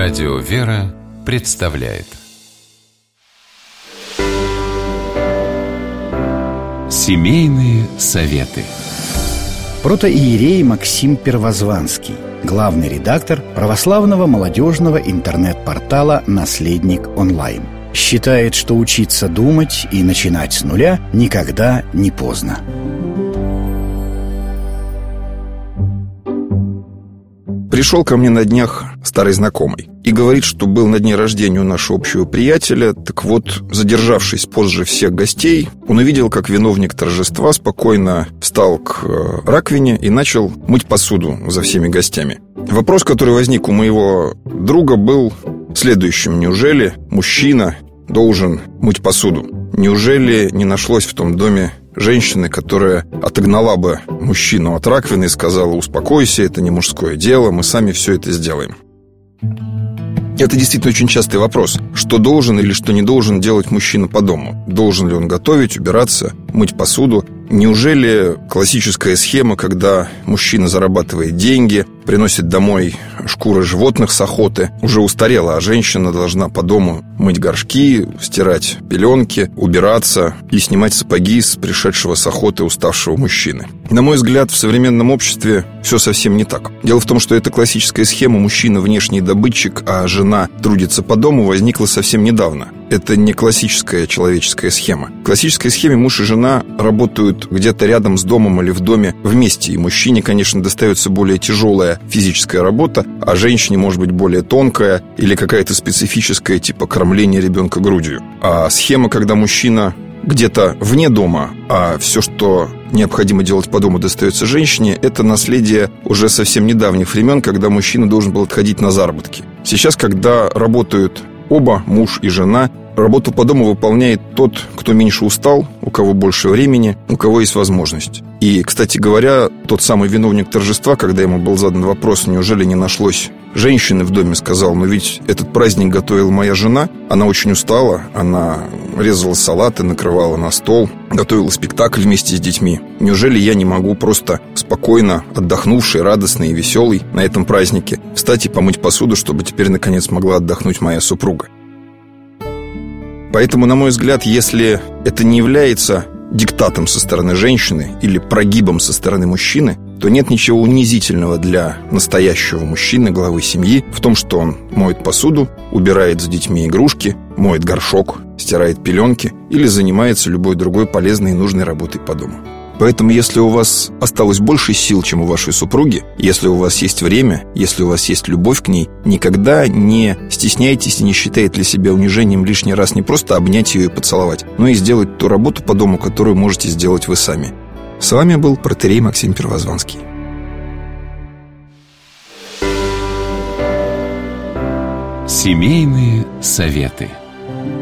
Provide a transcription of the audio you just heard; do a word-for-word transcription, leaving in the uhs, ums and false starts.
Радио «Вера» представляет Семейные советы. Протоиерей Максим Первозванский, главный редактор православного молодежного интернет-портала «Наследник онлайн», считает, что учиться думать и начинать с нуля никогда не поздно. Пришел ко мне на днях старый знакомый и говорит, что был на дне рождения у нашего общего приятеля. Так вот, задержавшись позже всех гостей, он увидел, как виновник торжества спокойно встал к раковине и начал мыть посуду за всеми гостями. Вопрос, который возник у моего друга, был следующим. Неужели мужчина должен мыть посуду? Неужели не нашлось в том доме женщины, которая отогнала бы мужчину от раковины и сказала: успокойся, это не мужское дело, мы сами все это сделаем? Это действительно очень частый вопрос. Что должен или что не должен делать мужчина по дому? Должен ли он готовить, убираться, мыть посуду? Неужели классическая схема, когда мужчина зарабатывает деньги, приносит домой шкуры животных с охоты, уже устарела, а женщина должна по дому мыть горшки, стирать пеленки, убираться и снимать сапоги с пришедшего с охоты уставшего мужчины? На мой взгляд, в современном обществе все совсем не так. Дело в том, что эта классическая схема «мужчина внешний добытчик, а жена трудится по дому» возникла совсем недавно. Это не классическая человеческая схема. В классической схеме муж и жена работают где-то рядом с домом или в доме вместе. И мужчине, конечно, достается более тяжелая физическая работа, а женщине может быть более тонкая или какая-то специфическая, типа кормления ребенка грудью. А схема, когда мужчина где-то вне дома, а все, что необходимо делать по дому, достается женщине, это наследие уже совсем недавних времен, когда мужчина должен был отходить на заработки. Сейчас, когда работают оба, муж и жена, работу по дому выполняет тот, кто меньше устал, у кого больше времени, у кого есть возможность. И, кстати говоря, тот самый виновник торжества, когда ему был задан вопрос, неужели не нашлось женщины в доме, сказал: но ведь этот праздник готовила моя жена, она очень устала, она резала салаты, накрывала на стол, готовила спектакль вместе с детьми. Неужели я не могу просто спокойно, отдохнувший, радостный и веселый на этом празднике встать и помыть посуду, чтобы теперь наконец могла отдохнуть моя супруга? Поэтому, на мой взгляд, если это не является диктатом со стороны женщины или прогибом со стороны мужчины, то нет ничего унизительного для настоящего мужчины, главы семьи, в том, что он моет посуду, убирает за детьми игрушки, моет горшок, стирает пеленки или занимается любой другой полезной и нужной работой по дому. Поэтому, если у вас осталось больше сил, чем у вашей супруги, если у вас есть время, если у вас есть любовь к ней, никогда не стесняйтесь и не считайте для себя унижением лишний раз не просто обнять ее и поцеловать, но и сделать ту работу по дому, которую можете сделать вы сами. С вами был протоиерей Максим Первозванский. Семейные советы.